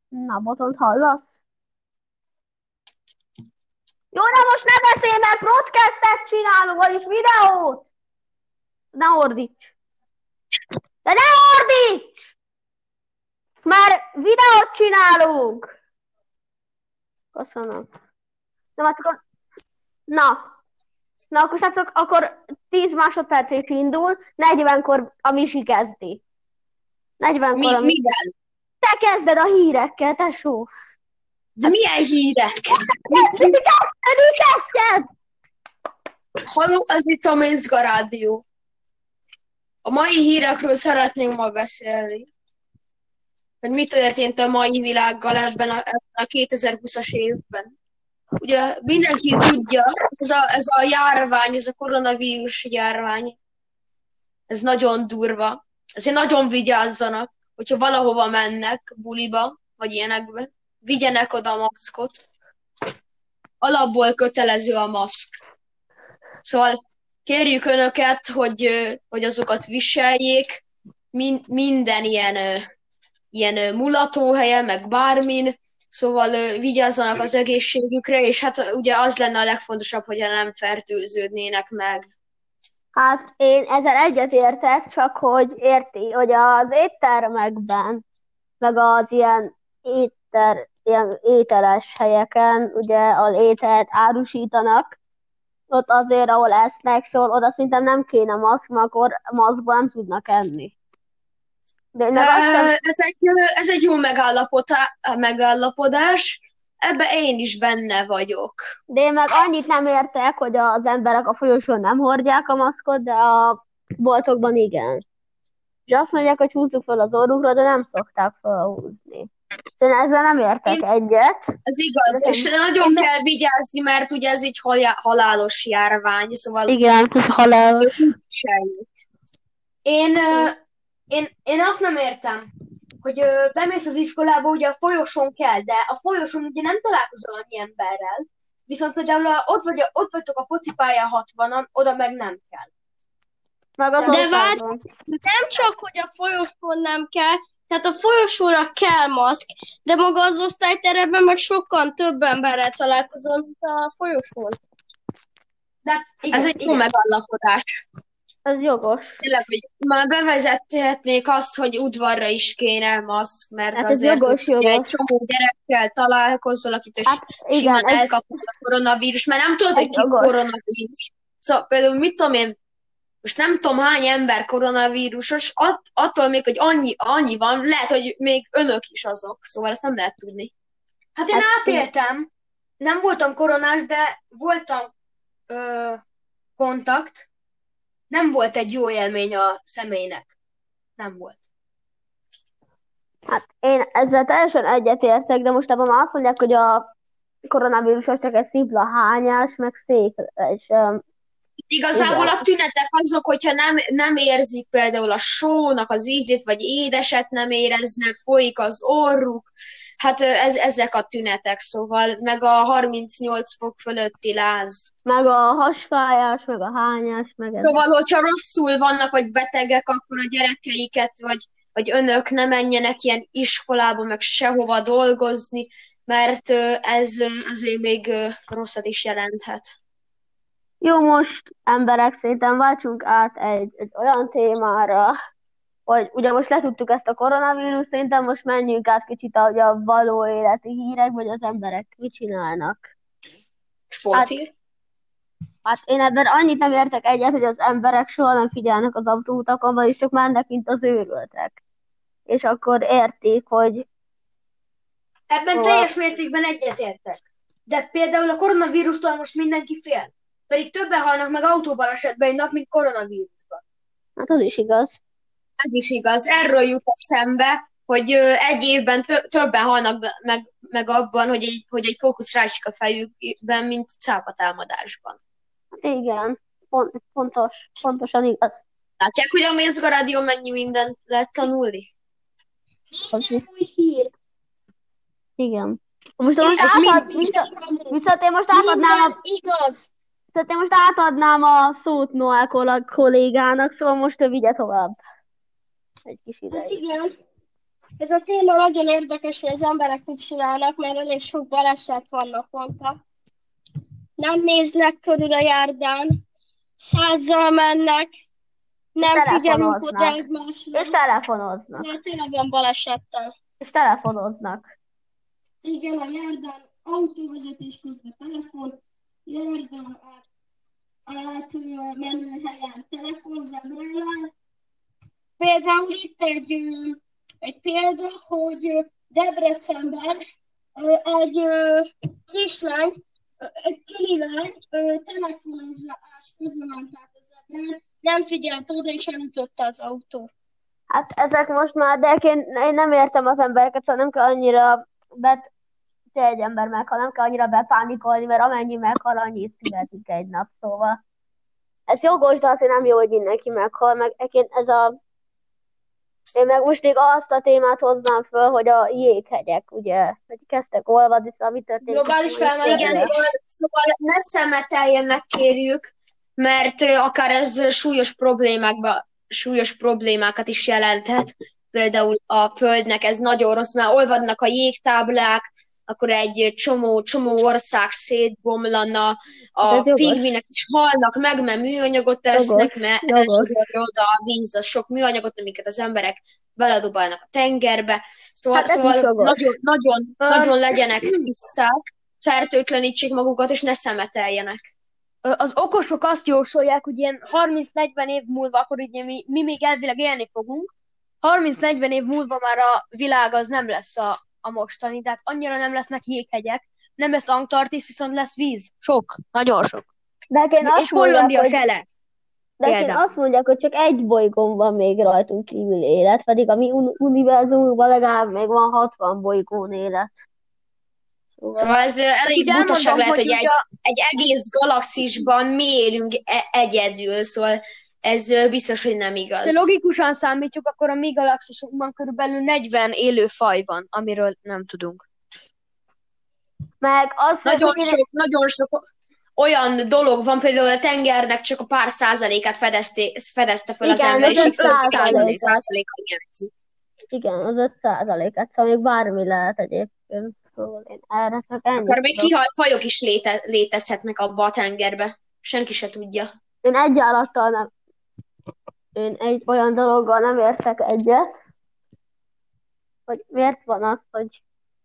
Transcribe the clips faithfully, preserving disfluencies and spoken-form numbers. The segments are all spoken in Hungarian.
Na, botont hallasz? Jó, de most ne beszélj, mert podcastet csinálunk, vagyis videót! Ne ordíts! De ne ordíts! Már videót csinálunk! Köszönöm. Na, hát akkor... Na. Na, akkor srácok, akkor tíz másodpercig indul, negyvenkor a Misi kezdi. negyvenkor Mi, a Misi. mivel? Te kezded a hírekkel, tesó. De milyen hírek? Mit kezdeni, kezdted? Halló, ez itt a Mézga Rádió. A mai hírekről szeretnénk ma beszélni. Hogy mi történt a mai világgal ebben a, ebben a kétezer-húszas évben. Ugye mindenki tudja, ez a, ez a járvány, ez a koronavírus járvány, ez nagyon durva. Ezért nagyon vigyázzanak, hogyha valahova mennek, buliba, vagy ilyenekbe, vigyenek oda maszkot. Alapból kötelező a maszk. Szóval kérjük önöket, hogy, hogy azokat viseljék min, minden ilyen, ilyen mulatóhelyen, meg bármin, szóval vigyázzanak az egészségükre, és hát ugye az lenne a legfontosabb, hogyha nem fertőződnének meg. Hát én ezzel egyetértek, csak hogy érti, hogy az éttermekben, meg az ilyen éter, ilyen ételes helyeken, ugye az ételt árusítanak, ott azért, ahol esznek, szóval oda szerintem nem kéne maszk, mert akkor maszkban nem tudnak enni. De én meg azt sem... Ez egy, ez egy jó megállapodás, ebbe én is benne vagyok. De én meg annyit nem értek, hogy az emberek a folyosón nem hordják a maszkot, de a boltokban igen. És azt mondják, hogy húzzuk fel az orrukra, de nem szokták felhúzni. Szóval ezzel nem értek én... egyet. Ez igaz, és én... nagyon én... kell vigyázni, mert ugye ez egy halálos járvány, szóval... Igen, ez halálos. Én, én, én azt nem értem, hogy bemész az iskolába, ugye a folyosón kell, de a folyosón ugye nem találkozol annyi emberrel, viszont például ott, vagy, ott vagytok a focipályán hatvanan, oda meg nem kell. De várj, nem csak, hogy a folyosón nem kell, tehát a folyosóra kell maszk, de maga az osztályteremben meg sokkal több emberrel találkozol, mint a folyosón. De igen, ez egy jó megállapodás. Ez jogos. Tényleg, hogy már bevezethetnék azt, hogy udvarra is kéne maszk, mert hát azért jogos, hogy jogos. egy csomó gyerekkel találkozzol, akit is hát, simán ez... elkapod a koronavírus, mert nem tudod, hogy ki koronavírus. Szóval például mit tudom én, most nem tudom hány ember koronavírusos, att, attól még, hogy annyi, annyi van, lehet, hogy még önök is azok, szóval ezt nem lehet tudni. Hát én hát, átéltem, nem voltam koronás, de voltam ö, kontakt, nem volt egy jó élmény a személynek. Nem volt. Hát én ezzel teljesen egyetértek, de most ebben azt mondják, hogy a koronavírus az csak egy szimpla hányás, meg szék, és um, igazából igen. A tünetek azok, hogyha nem, nem érzik például a sónak az ízét, vagy édeset nem éreznek, folyik az orruk, hát ez, ezek a tünetek, szóval, meg a harmincnyolc fok fölötti láz. Meg a hasfájás, meg a hányás, meg ez. Szóval, hogyha rosszul vannak, vagy betegek, akkor a gyerekeiket, vagy, vagy önök ne menjenek ilyen iskolába, meg sehova dolgozni, mert ez azért még rosszat is jelenthet. Jó, most emberek, szerintem váltsunk át egy, egy olyan témára, hogy ugye most letudtuk ezt a koronavírus, szerintem most menjünk át kicsit a, a való életi hírek, vagy az emberek mit csinálnak. Sporthír? Hát, hát én ebben annyit nem értek egyet, hogy az emberek soha nem figyelnek az autóutakon, vagyis csak mennek, mint az őrültek. És akkor értik, hogy... Ebben a... teljes mértékben egyetértek. De például a koronavírustól most mindenki fél. Pedig többen halnak meg autóbalesetben egy nap, mint koronavírusban. Hát az is igaz. Ez is igaz. Erről jut eszembe, hogy egy évben tö- többen halnak meg, meg abban, hogy egy, hogy egy kókusz rásik a fejükben, mint cápatámadásban. Igen, pont, pontos, pontosan igaz. Látják, hogy a Mézga Rádió mennyi mindent lehet tanulni? Az új hír. Igen. Most most átad, viszont, viszont én most átadnám a... igaz. Viszont én most átadnám a szót Noel kollégának, szóval most ő vigye tovább. Egy kis ideig. Hát igen. Ez a téma nagyon érdekes, hogy az emberek mit csinálnak, mert elég sok baleset van naponta. Nem néznek körül a járdán, százzal mennek, nem figyelünk oda Telefonoznak. egymásra, És telefonoznak. mert tényleg van balesettel. És telefonoznak. Igen, a járdán autóvezetés közben telefon, járdán át, át ö, menő helyen telefon, zebrálán. Például itt egy, ö, egy példa, hogy ö, Debrecenben ö, egy ö, kislány, ö, egy kili lány ö, telefonozás közben ment át a zebrán, nem figyelt oda és elütötte az autó. Hát ezek most már, de én, én nem értem az embereket, szóval nem kell annyira bet, te egy ember meghal, nem kell annyira bepánikolni, mert amennyi meghal, annyi születik egy nap, szóval. Ez jogos, de azért nem jó, hogy mindenki meghal, meg én ez a... Én meg most még azt a témát hoznám föl, hogy a jéghegyek, ugye, hogy kezdtek olvadni, szóval mi történik. Globális felmelegedés. Igen, szóval, szóval ne szemeteljenek, kérjük, mert ö, akár ez ö, súlyos problémákba, súlyos problémákat is jelenthet. Például a Földnek ez nagyon rossz, mert olvadnak a jégtáblák, akkor egy csomó, csomó ország szétbomlana, Ez a jogos. pingvinek is halnak meg, mert műanyagot tesznek, Jogos, mert jogos. elsodorja oda a víz, a sok műanyagot, amiket az emberek beledobálnak a tengerbe. Szóval, Hát ez is szóval jogos. nagyon, nagyon, nagyon legyenek tiszták, fertőtlenítsék magukat, és ne szemeteljenek. Ö, Az okosok azt jósolják, hogy ilyen harminc-negyven év múlva, akkor ugye mi, mi még elvileg élni fogunk, harminc-negyven év múlva már a világ az nem lesz a, a mostani, tehát annyira nem lesznek jéghegyek, nem lesz Antarktisz, viszont lesz víz. Sok, nagyon sok. De én És azt mondják, Hollandia hogy, se lesz. de én például. azt mondják, hogy csak egy bolygón van még rajtunk kívül élet, pedig a mi un- univerzumunkban legalább még van hatvan bolygón élet. Szóval, Szóval ez ö, elég Ugye butaság elmondom, lehet, hogy hogy egy, ugye a- egy egész galaxisban mi élünk e- egyedül, szóval ez ö, biztos, hogy nem Ha igaz. logikusan számítjuk, akkor a mi galaxisunkban körülbelül negyven élő faj van, amiről nem tudunk. meg az, hogy Nagyon hogy sok, nagyon sok olyan dolog van, például a tengernek csak a pár százalékát fedezte, fedezte fel az Igen, ember, az és öt így százaléka százaléka. hiányzik. igen, az öt százalékát, szóval még bármi lehet egyébként. Szóval én erre csak ennyit Akkor még tudok. kihalt fajok is léte, létezhetnek abba a tengerbe. Senki se tudja. Én egy állattal nem, én egy olyan dologgal nem értek egyet, hogy miért van az, hogy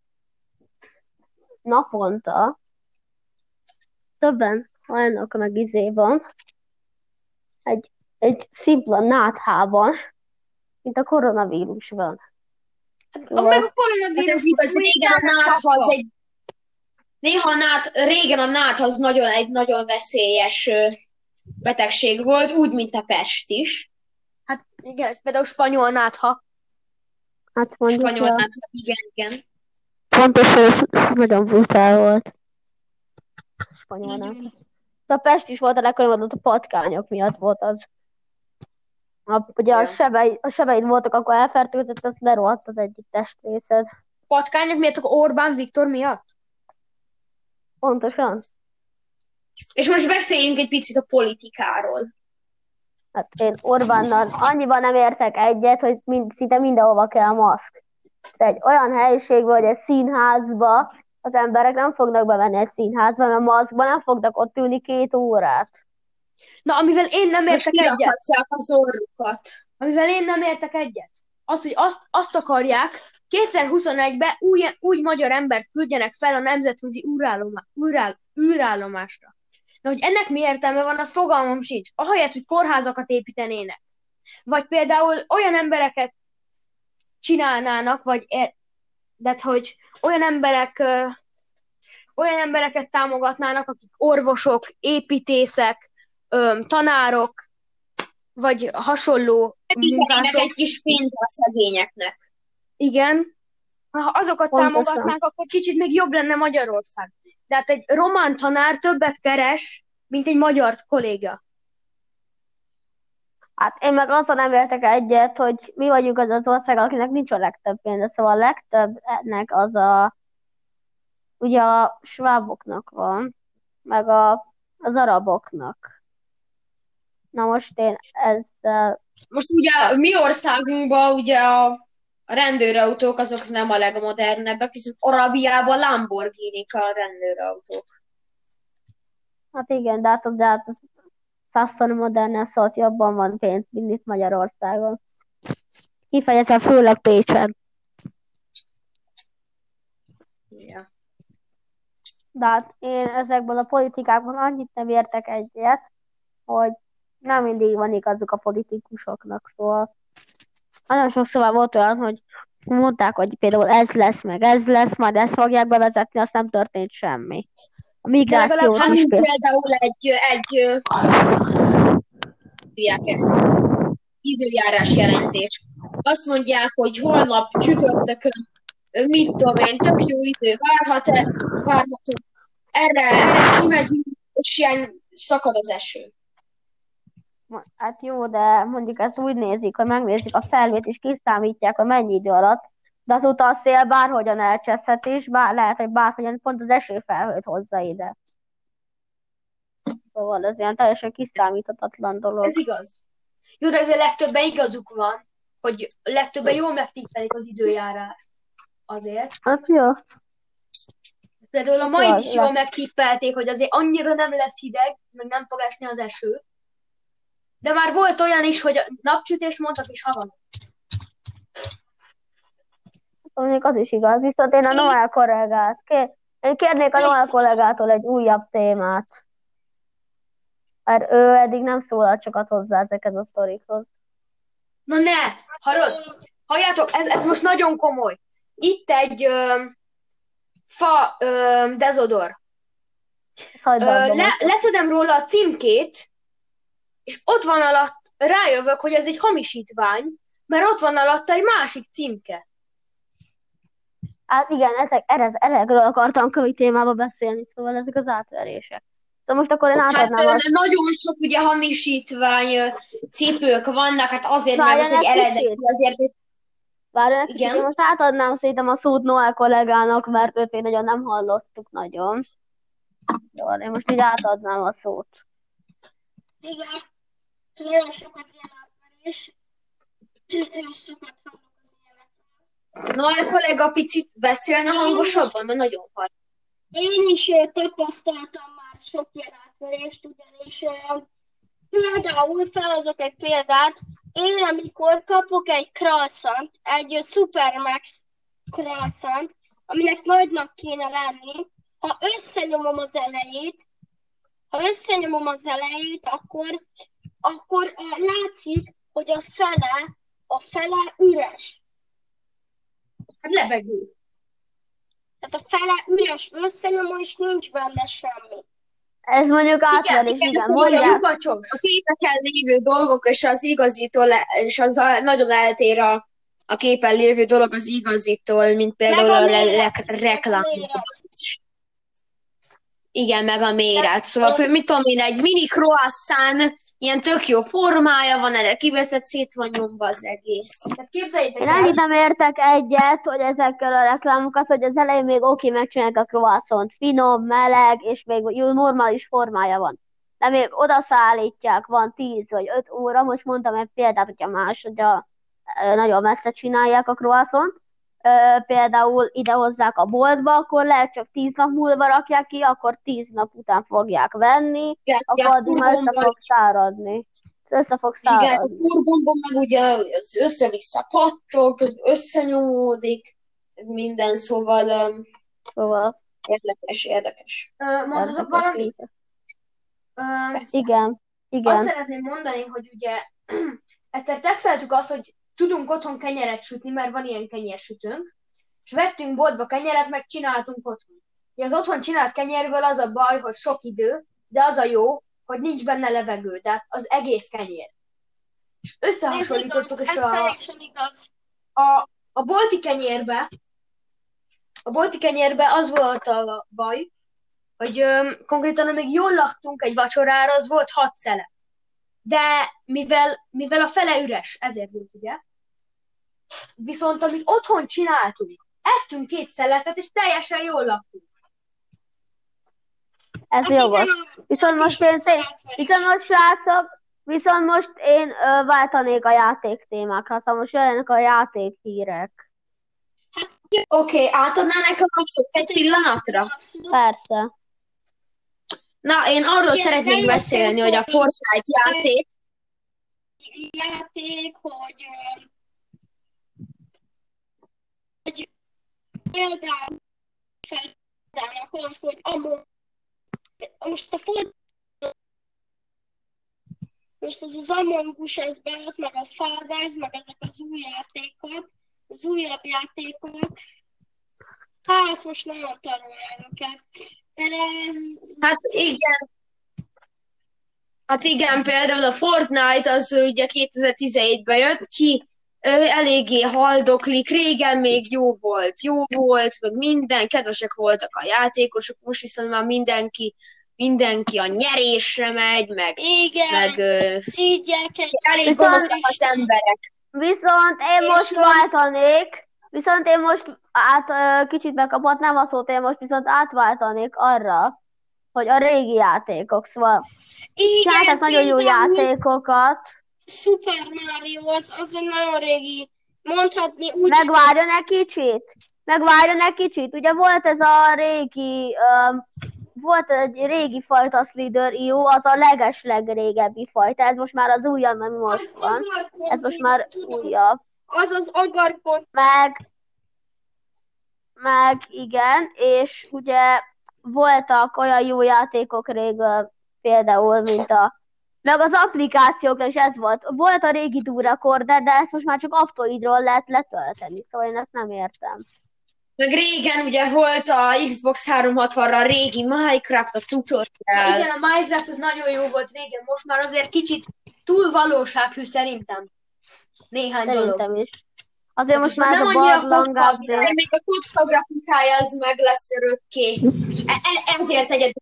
naponta többen halnak meg izében, egy, egy szimpla náthában, mint a koronavírusban. A meg Szóval, a Hát koronavírus ez igaz, régen a nátha az egy... Néha a nát, régen a nátha az nagyon, egy nagyon veszélyes ö, betegség volt, úgy, mint a pest is. Hát igen, például spanyol nátha. hát mondjuk, Spanyol ja, nátha, igen, igen. fontos, hogy ez nagyon brutál volt. Spanyol nátha. De a Pest is volt a legolyanodott a patkányok miatt volt az. A, ugye a, Ja. sebei, a sebeid voltak, akkor elfertőzött, az lerohadt az egyik testrészed. Patkányok miatt, akkor Orbán Viktor miatt? Pontosan. És most beszéljünk egy picit a politikáról. Hát én Orbánnal annyiban nem értek egyet, hogy mind, szinte mindenhova kell maszk. De egy olyan helyiségben, hogy egy színházba az emberek nem fognak bemenni egy színházba, mert maszkban nem fognak ott ülni két órát. Na, amivel én nem Most értek egyet. kirakhatják az orrukat. Amivel én nem értek egyet. Az, hogy azt, azt akarják, kétezer-huszonegyben új, új magyar embert küldjenek fel a nemzetközi űrállomá, űráll, űrállomásra. De hogy ennek mi értelme van, az fogalmam sincs. Ahelyett, hogy kórházakat építenének. Vagy például olyan embereket csinálnának, vagy er, de hogy olyan emberek ö, olyan embereket támogatnának, akik orvosok, építészek, ö, tanárok, vagy hasonló Segítenének munkások. egy kis pénzt a szegényeknek. Igen. Ha azokat Pontosan. támogatnánk, akkor kicsit még jobb lenne Magyarország. De hát egy román tanár többet keres, mint egy magyar kolléga. Hát én meg azzal nem értek egyet, hogy mi vagyunk az az ország, akinek nincs a legtöbb pénze, szóval a legtöbbnek az a, ugye a sváboknak van, meg a, az araboknak. Na most én ezzel, Most ugye a mi országunkban ugye a A rendőrautók azok nem a legmodernebbek, hiszen Arabiában Lamborghini-k a rendőrautók. Hát igen, de hát, de hát az százszor modernebb, szóval jobban van pénz, mint itt Magyarországon. Kifejezetten főleg Pécsen. Ja. De hát én ezekből a politikákban annyit nem értek egyet, hogy nem mindig van igazuk a politikusoknak, szóval nagyon sokszor már volt olyan, hogy mondták, hogy például ez lesz, meg ez lesz, majd ezt fogják bevezetni, azt nem történt semmi. A migrációt Hát is mint például. például egy, egy hívják ezt, időjárás jelentés. Azt mondják, hogy holnap csütörtökön, mit tudom én, tök jó idő várhat, várható. Erre, erre kimegyünk, és ilyen szakad az eső. Hát jó, de mondjuk ezt úgy nézik, hogy megnézik a felhőt, és kiszámítják, hogy mennyi idő alatt, de azóta a szél bárhogyan elcseszhet, és bár, lehet, hogy bárhogyan pont az esőfelhőt hozza ide. Szóval ez ilyen teljesen kiszámíthatatlan dolog. Ez igaz. Jó, de ezért legtöbben igazuk van, hogy legtöbben jól megtippelik az időjárást. Azért. Hát jó. Például a mai Jól, is jól le- megtippelték, hogy azért annyira nem lesz hideg, meg nem fog esni az eső. De már volt olyan is, hogy napsütés mondtak és havazok. Mondjuk az is igaz, viszont én a Noel kollégát, kér, én kérnék a Noel kollégától egy újabb témát. Mert ő eddig nem szólalt sokat hozzá ezekhez a sztorikhoz. Na ne! Hallod? Halljátok, ez, ez most nagyon komoly. Itt egy ö, fa ö, dezodor. Ö, le, leszedem róla a címkét, és ott van alatt, rájövök, hogy ez egy hamisítvány, mert ott van alatta egy másik címke. Hát igen, ezek, erre, erről akartam kövi témába beszélni, szóval ezek az átverések. Szóval most akkor én Hát átadnám ö, azt. nagyon sok ugye hamisítvány ö, cipők vannak, hát azért, mert most Várjanak egy eredeti, kicsit. azért, hogy Várjanak Igen. kicsit, én most átadnám szerintem a szót Noel kollégának, mert őt még nagyon nem hallottuk nagyon. Jó, én most így átadnám a szót. Igen, nagyon sok az ilyen átverés. Én is sokat hallok az ilyenekről. Noel kollega picit beszélne hangosabban, mert nagyon hall. Én is ö, tapasztaltam már sok ilyen átverést, ugyanis ö, például felhozok egy példát, én amikor kapok egy croissant, egy ö, Supermax croissant, aminek nagynak kéne lenni, ha összenyomom az elejét, ha összenyomom az elejét, akkor, akkor ö, látszik, hogy a fele, a fele üres. Hát levegő. Tehát a fele üres, összenyomom, és nincs benne semmi. Ez mondjuk átverés, igen, igen, szóval mondják. Lukacsos. A képeken lévő dolgok és az igazitól, le- és az a- nagyon eltér a, a képen lévő dolog az igazitól, mint például Meg a a le- méret. le- reklám. Meg a méret. Igen, meg a méret. Szóval, például, mit tudom én, egy mini croissant, ilyen tök jó formája van, erre kiveszett, szét van nyomva az egész. Tehát képzeljétek Én el, annyit nem értek egyet, hogy ezekkel a reklámokat, hogy az elején még oké, megcsinálják a croissant, finom, meleg, és még jó normális formája van. De még odaszállítják, van tíz vagy öt óra, most mondtam egy példát, hogyha másodja ö, nagyon messze csinálják a croissant, ö, például ide hozzák a boltba, akkor lehet csak tíz nap múlva rakják ki, akkor tíz nap után fogják venni, Igen, akkor addig már össze fog száradni. Össze fog Igen, a száradni. furgonban meg ugye az össze-vissza pattog, összenyomódik, minden, szóval um, Szóval, érdekes, érdekes. ö, mondhatok érdekes valamit? így. Ö, Igen, Azt igen. szeretném mondani, hogy ugye egyszer teszteltük azt, hogy tudunk otthon kenyeret sütni, mert van ilyen kenyersütőnk, és vettünk boltba kenyeret, meg csináltunk otthon. Ugye az otthon csinált kenyerből az a baj, hogy sok idő, de az a jó, hogy nincs benne levegő, tehát az egész kenyér. És Ez összehasonlítottuk, igaz, és ez a, teljesen igaz. a, a bolti kenyérbe, a bolti kenyérbe az volt a baj, hogy öm, konkrétan, amíg jól laktunk egy vacsorára, az volt hat szelet. De mivel, mivel a fele üres, ezért volt, ugye? Viszont amit otthon csináltunk, ettünk két szeletet, és teljesen jól laktunk. Ez Hát jogos. igen, Viszont volt most is én, szállatverés. viszont most srácok, Viszont most én ö, váltanék a játék témákra, szóval most jönnek a játékhírek. Oké, okay, átadná nekem a szót egy pillanatra? Persze. Na, én arról Igen, szeretnék nagyon beszélni, hogy a szó- Fortnite játék, játék, hogy, ö, hogy például feldának azt, hogy amúgy, most a Fortnite, most ez az Among Us, ez bejött, meg a Fall Guys, meg ezek az új játékok, az újabb játékok, hát most nagyon tanulják őket. De ez, hát igen, hát igen, például a Fortnite az ugye kétezer-tizenhétben jött ki, ő eléggé haldoklik, régen még jó volt, jó volt, meg minden, kedvesek voltak a játékosok, most viszont már mindenki, mindenki a nyerésre megy, meg, igen, meg ö, szígyek egy elég Viszont- gonoszak az emberek. Viszont én És most ö, váltanék, viszont én most át, ö, kicsit megkapott, nem a szót, én most viszont átváltanék arra, hogy a régi játékok, szóval csináltak nagyon jó például játékokat. Super Mario, az, az egy nagyon régi, mondhatni úgy, Megvárjon egy kicsit, megvárjon egy kicsit. Ugye volt ez a régi, ö, volt egy régi fajta Slither jó, az a leges-legrégebbi fajta, ez most már az újabb, ami most van. Ez most már újabb. az az agarpont, Meg, meg igen, és ugye voltak olyan jó játékok rég, például, mint a, meg az applikációkra is ez volt. Volt a régi Duracorder, de ezt most már csak Aptoidról lehet letölteni, szóval én ezt nem értem. Meg régen ugye volt a Xbox háromszázhatvanra a régi Minecraft, a tutorial. Igen, a Minecraft az nagyon jó volt régen, most már azért kicsit túl valósághű szerintem. Néhány dolog. Szerintem is. Azért most már már nem a annyira barlang kocka a update. De még a kocka grafikája az meg lesz örökké. E- e- ezért egyedül.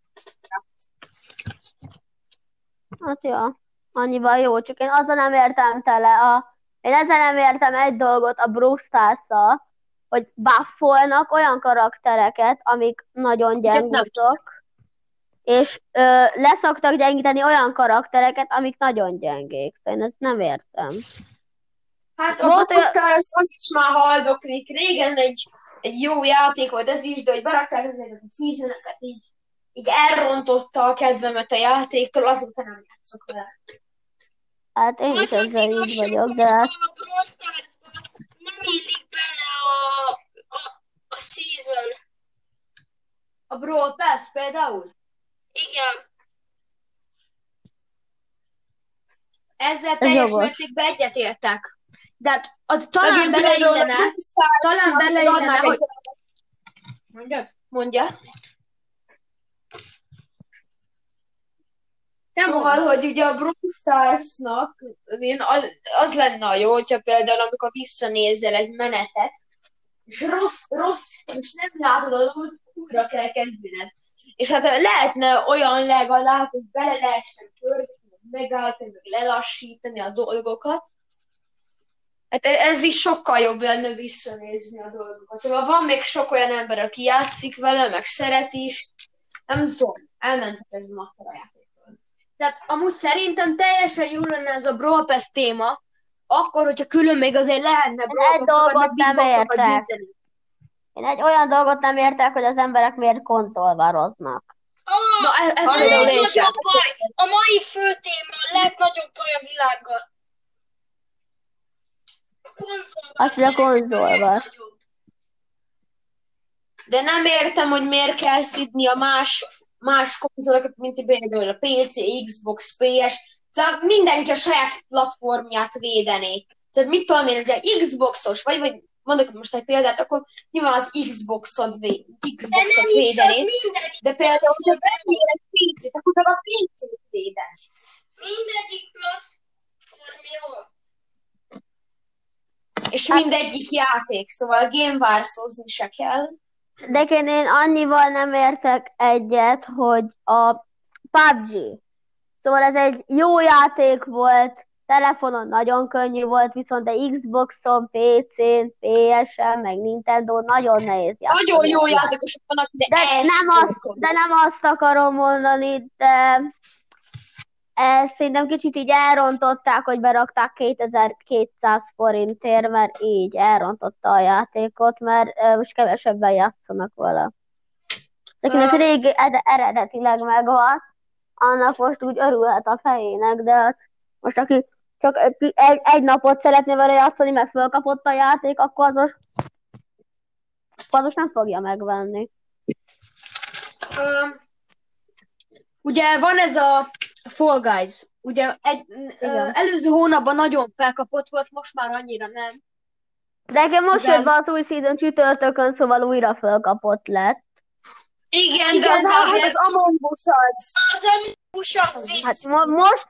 Hát ja, annyival jó, csak én azzal nem értem tele. A... Én ezzel nem értem egy dolgot a Brawl Stars-szal, hogy buffolnak olyan karaktereket, amik nagyon gyengúzok, és ö, leszoktak gyengíteni olyan karaktereket, amik nagyon gyengék. Szóval én ezt nem értem. Hát a Volt Brawl Stars az is már haldoklik. Régen egy, egy jó játék volt ez is, de hogy berakták ezeket a seasonöket, így, így elrontotta a kedvemet a játéktól, azóta nem játszok vele. Hát én is az az ezzel így igazság, vagyok, hogy de a Brawl Starsba nem illik bele a, a, a season. A Brawl Pass például? Igen. Ezzel Ez teljes jogos. mértékben egyetértek. De hát az talán Megint például a beleillene, Brawl Stars-nak talán beleillene, adnák hogy... egy- Mondjad? Mondja. Szóval, hogy ugye a Brawl Stars-nak én az, az lenne a jó, hogyha például amikor visszanézel egy menetet, és rossz, rossz, és nem látod, hogy újra kell kezdened. És hát lehetne olyan legalább, hogy bele lehessen pörgetni, megállítani, meg lelassítani a dolgokat. Hát ez is sokkal jobb lenne visszanézni a dolgokat. Szóval van még sok olyan ember, aki játszik vele, meg szeret is. Nem tudom, elmentek ez ma a játékról. Tehát amúgy szerintem teljesen jó lenne ez a Brawl Pass téma, akkor, hogyha külön még azért lehetne Brawl egy Passokat, meg dolgot Big nem Boxokat értek. gyűjteni. Én egy olyan dolgot nem értek, hogy az emberek miért konzolvároznak. Ah, Na, ez, ez a például én sem. legnagyobb baj, a mai fő téma a legnagyobb baj a világgal. A konzolvár. Az, hogy a konzolvár. De nem értem, hogy miért kell szidni a más, más konzolokat, mint például a pé cé, Xbox, pé es. Szóval mindenki a saját platformját védené. Szóval mit tudom én, hogy a Xboxos vagy, vagy mondok most egy példát, akkor nyilván az Xboxot, vé, Xboxot védené. De például, ha vennél egy pé cét, akkor meg a pé cét védené. Mindegyik platform jó. És mindegyik játék, szóval Game Wars-ozni se kell. De én, én annyival nem értek egyet, hogy a pé u bé gé. Szóval ez egy jó játék volt, telefonon nagyon könnyű volt, viszont a Xboxon, pé cén, pé esen, meg Nintendo nagyon nehéz játszani. Nagyon jó játékosok vannak, de, De nem, azt, de nem azt akarom mondani, de ez szerintem kicsit így elrontották, hogy berakták kétezer-kétszáz forintért, mert így elrontotta a játékot, mert ö, most kevesebben játszanak vele. Akinek Ö, régi ed- eredetileg megvan, annak most úgy örülhet a fejének, de hát most aki csak egy, egy, egy napot szeretné vele játszani, mert fölkapott a játék, akkor az most, akkor az most nem fogja megvenni. Ö, ugye van ez a Fall Guys. Ugye egy, ö, Igen. előző hónapban nagyon felkapott volt, most már annyira nem. De nekem most Igen. jött be az új season csütörtökön, szóval újra fölkapott lett. Igen, de de az, az, hát az, az Among Us az. az amúgy az Hát mo- most,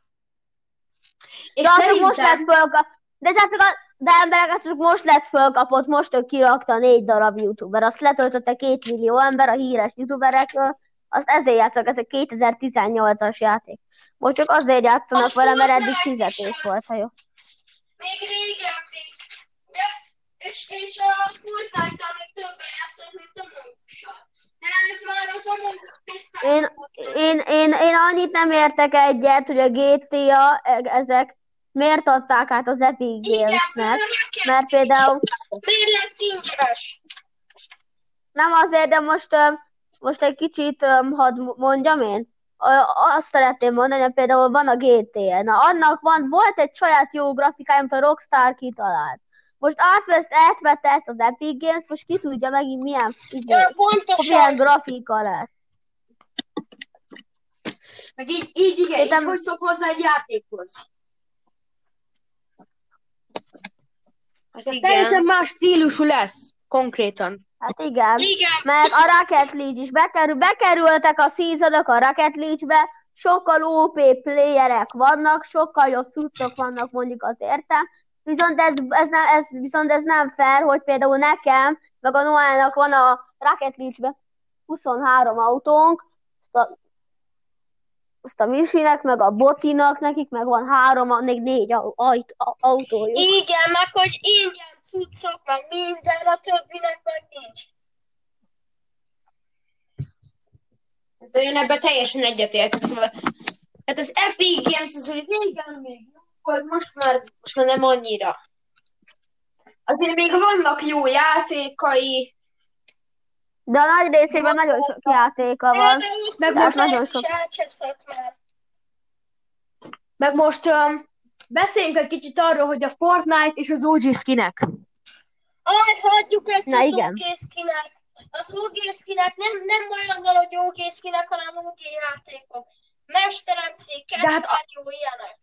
És de az csak most lett szerintem, fölkapott. De, csak a, de emberek, azt csak most lett fölkapott, most ő kirakta négy darab youtuber. Azt letöltötte két millió ember, a híres youtuberekről. Azt ezért játszanak, ez egy kétezer-tizennyolcas játék. Most csak azért játszanak A vele, mert eddig Fortnite is fizetés az. volt, ha jó. még régebbi. De, és, és a Fortnite-tal még többen játszott, mint a Among-Us-sal. De ez már az Among-Us Én, én, én, én annyit nem értek egyet, hogy a gé té á e- ezek miért adták át az Epic Igen, Games-nek, őrjöket. mert például Miért lett ingyenes? nem azért, de most, ö, most egy kicsit, ö, hadd mondjam én, Ö, azt szeretném mondani, hogy például van a gé té á, na annak van, volt egy saját jó grafikája, amit a Rockstar kitalált. Most átvesz, átvette ezt az Epic Games, most ki tudja megint milyen, izé, Ja, pontosan. milyen grafika lesz. meg így, így igen, így Szerintem- hogy szok hozzá egy játékhoz. Hát De teljesen más stílusú lesz, konkrétan. Hát igen. Igen. Mert a Rocket League is bekerül, bekerültek a seasonok a Rocket League-be, sokkal ó pé playerek vannak, sokkal jobb cuccok vannak mondjuk az értem, viszont ez, ez, nem, ez, viszont ez nem fair, hogy például nekem, meg a Noának van a Rocket League-be huszonhárom autónk, azt a, azt a Misinek, meg a Botinak, nekik meg van három, még négy au- ajt- a- autójuk. Igen, meg hogy ingyen cuccok, meg minden, a többinek meg nincs. De én ebben teljesen egyetértek. Szóval, hát az Epic Games az, hogy régen még jó volt, most már, most már nem annyira. Azért még vannak jó játékai. De a nagy részében nagyon sok játéka van. Például Meg most Fortnite nagyon is sok- elcseszett már. Meg most um, beszéljünk egy kicsit arról, hogy a Fortnite és az o gé skinek. Aj, hagyjuk ezt Na az igen. o gé skinek. Az o gé skinek nem, nem olyan valahogy o gé skinek, hanem o gé játékok. Mesteremcék, De hát a- jó ilyenek.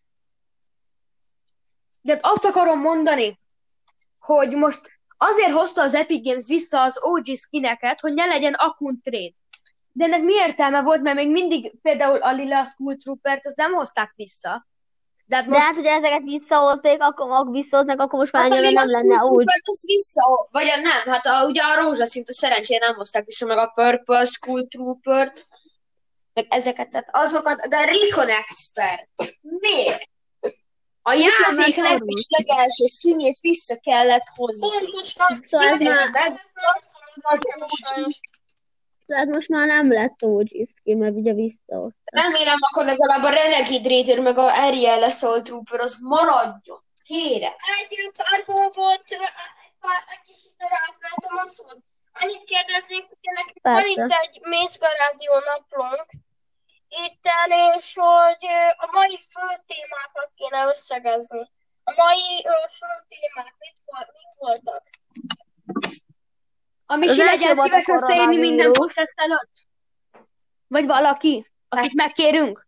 De hát azt akarom mondani, hogy most azért hozta az Epic Games vissza az o gé skineket, hogy ne legyen account trade. De ennek mi értelme volt, mert még mindig például a Lila Skull Troopert azt nem hozták vissza. De hát De most hát, hogy ezeket visszahozték, akkor, akkor visszahoznak, akkor most már Hát a annyira Lila nem lenne Skull úgy. Trooper az vissza, vagy a nem, hát a, ugye a rózsaszint a szerencsére nem hozták vissza, meg a Purple Skull Troopert, meg ezeket, tehát azokat, de a Recon Expert, miért? A játék nem legis legelső skinjét vissza kellett hozni. Pontosan. Szóval ez Minden már, meg, nagyon úgy. tehát most már nem lett ó gé skin, mert ugye visszahozták. Remélem, akkor legalább a Renegade Raider meg a Ariel Assault Trooper az maradjon. Kérem. Egy pár dolgot, ö, pár, egy kicsit ráfeltem a szót. Annyit kérdeznék, hogy nekünk van Persze. itt egy Mészka Rádió naplónk, itten, és hogy ö, a mai fő témákat kéne összegezni. A mai ö, fő témák mit, volt, mit voltak? a Misi Az legyen első volt a szíves összeírni minden koronavírus. podcast előtt? Vagy valaki, akit megkérünk?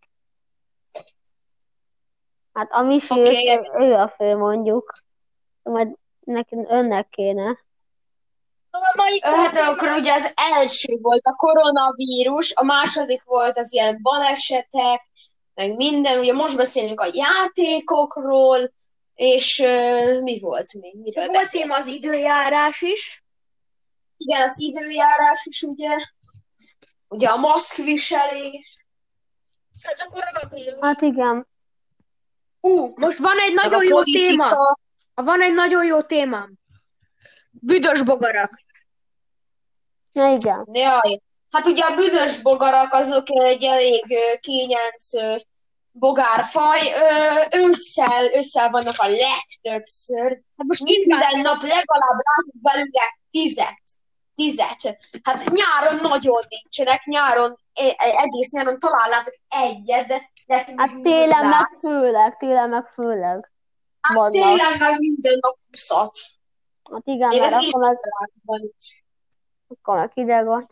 Hát a Misi, Oké. ő, ő a fő mondjuk. Majd neki, önnek kéne. Szóval a mai fő Hát témák- akkor ugye az első volt a koronavírus, a második volt az ilyen balesetek, meg minden, ugye most beszélünk a játékokról, és uh, mi volt még? Miről Volt beszélünk? téma az időjárás is. Igen, az időjárás is, ugye, ugye a maszkviselés, Ez a koronavírus. Hát igen. Ú, most van egy meg a nagyon jó politika. téma. Van egy nagyon jó témám. Büdös bogarak. Ja, igen. Jaj. Hát ugye a büdös bogarak azok egy elég ö, kényenc ö, bogárfaj, ö, ősszel, ősszel vannak a legtöbbször. Hát most Minden minden nap legalább látunk belőle tizet. Tizet. Hát nyáron nagyon nincsenek, nyáron, e- e- egész nyáron találnátok egyet, de, de Hát télen meg főleg, télen meg főleg. Hát vannak. télen meg minden nap huszat. Hát igen, Még mert az akkor meg, éjszakában is. akkor meg hideg van.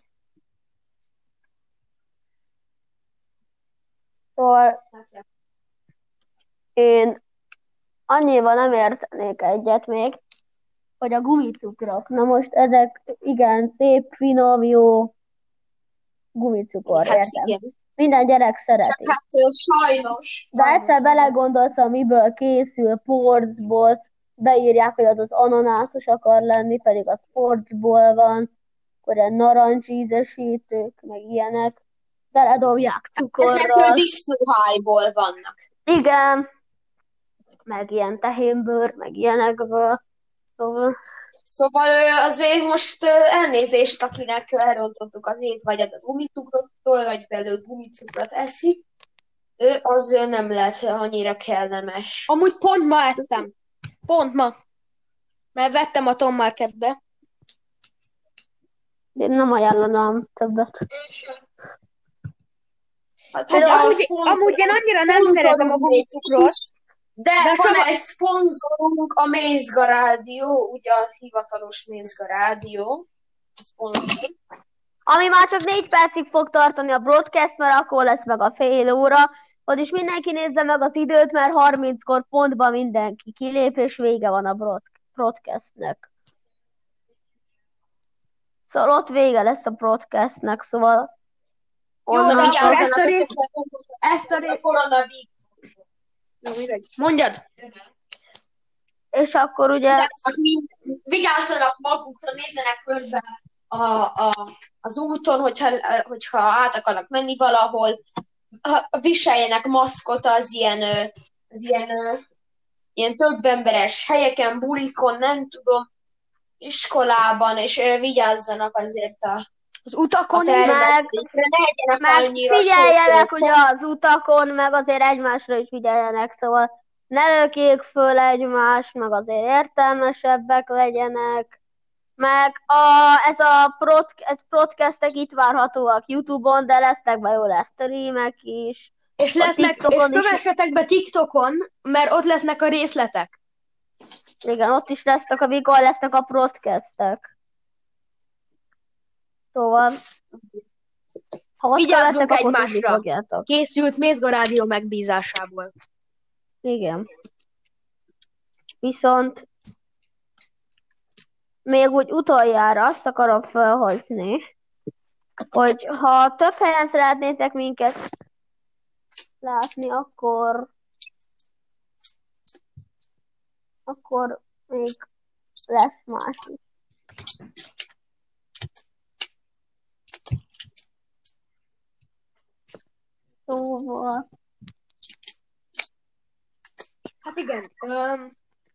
Szóval én annyival nem értenék egyet még, hogy a gumicukrok. Na most ezek igen szép, finom, jó gumicukor, Hát értem. igen. Minden gyerek Csak szereti. hát ö, sajnos. De egyszer sajnos. belegondolsz, hogy miből készül, porcból, beírják, hogy az az ananászos akar lenni, pedig az porcból van, akkor ilyen narancsízesítők, meg ilyenek, beledobják Ezek cukorral. a disznóhájból vannak. Igen, meg ilyen tehénbőr, meg ilyenekből. Szóval, Szóval ö, azért most ö, elnézést, akinek elrontottuk az étvágyat a gumicukrotól, vagy belőle gumicukrot eszik, ö, az ö, nem lesz annyira kellemes. Amúgy pont ma ettem. Pont ma. Mert vettem a Tom Marketbe. én nem ajánlanám többet. Hát, Hát ugye a amúgy- szponzor- amúgy én annyira nem szponzorunk szeretem a gumicukrot, nincs, De, de van soha- egy szponzorunk, a Mézga Rádió, ugye a hivatalos Mézga Rádió, a szponzor. Ami már csak négy percig fog tartani a broadcast, mert akkor lesz meg a fél óra. Ott is mindenki nézze meg az időt, mert harminckor pontban mindenki kilép, és vége van a broad- broadcastnek. Szóval ott vége lesz a broadcastnek, szóval... Jó, Hozzá de vigyázzanak ezt a részt- ezekre ezt a a részt... koronavírus. Jó, mindegy. Mondjad! És akkor ugye... Vigyázzanak, mind, vigyázzanak magukra, nézzenek körbe a, a, az úton, hogyha, hogyha át akarnak menni valahol, Ha- viseljenek maszkot az ilyen, ö, az ilyen, ö, ilyen több emberes helyeken, bulikon, nem tudom, iskolában, és ö, vigyázzanak azért a, Az a utakon is, területükre, ne legyenek Meg annyira figyeljenek sok, ugye az utakon, meg azért egymásra is figyeljenek, szóval ne lökjék föl egymást, meg azért értelmesebbek legyenek, meg a, ez a prod, ez podcastek itt várhatóak YouTube-on, de lesznek belőle streamek is. és, a lesznek, és TikTokon is. kövessetek be TikTokon, mert ott lesznek a részletek. Igen, ott is lesznek, amikor lesznek a podcastek. Szóval, ha ott Vigyázzunk követtek, akkor tudni egymásra. fogjátok. Készült Mézga Rádió megbízásából. Igen. Viszont még úgy utoljára azt akarom felhozni, hogy ha több helyen szeretnétek minket látni, akkor akkor még lesz más is. Szóval, Hát igen. Um,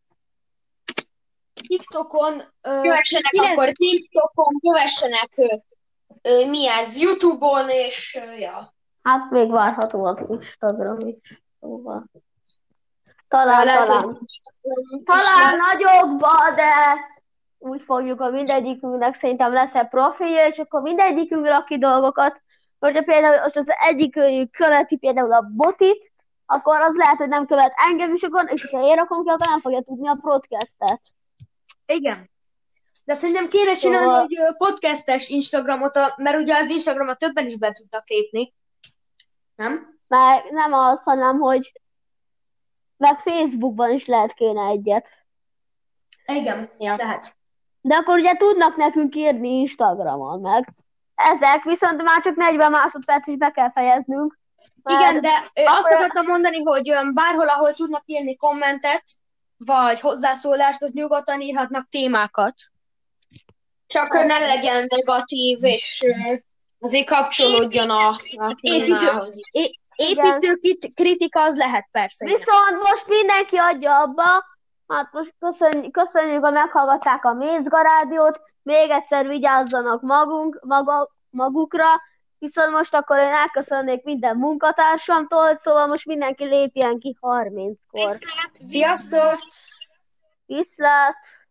TikTokon uh, Kövessenek kilenc- akkor TikTokon, kövessenek ö, ö, mi ez, YouTube-on, és ö, ja. hát még várható az Instagram is. Szóval. Talán, Lehet, talán. hogy Instagram is Talán lesz. nagyobbba, de úgy fogjuk, hogy mindegyikünknek szerintem lesz egy profilja, és akkor mindegyikünk rak ki dolgokat. Hogyha például most az egyikőjük követi például a botit, akkor az lehet, hogy nem követ engem is, akkor, és ha én rakom ki, akkor nem fogja tudni a podcastet. Igen. De szerintem kéne csinálni Szóval- egy ö, podcastes Instagramot, a- mert ugye az Instagramot többen is be tudtak lépni. Nem? Mert nem az, hanem, hogy meg Facebookban is lehet kéne egyet. Igen. Ja. Tehát. De akkor ugye tudnak nekünk írni Instagramon meg. Ezek viszont már csak negyven másodperc is be kell fejeznünk. mert- Igen, de ö, azt akkor- akartam mondani, hogy ö, bárhol, ahol tudnak írni kommentet, vagy hozzászólást, ott nyugodtan írhatnak témákat. Csak ö, ne legyen negatív, és ö, azért kapcsolódjon a, a témához. É- építő krit- kritika az lehet persze. igen. Viszont most mindenki adja abba, hát most köszönjük, köszönjük, hogy meghallgatták a Mézga Rádiót, még egyszer vigyázzanak magunk, maga, magukra, Viszont most akkor én elköszönnék minden munkatársamtól, szóval most mindenki lépjen ki harminckor. Viszlát, Sziasztok! Viszlát!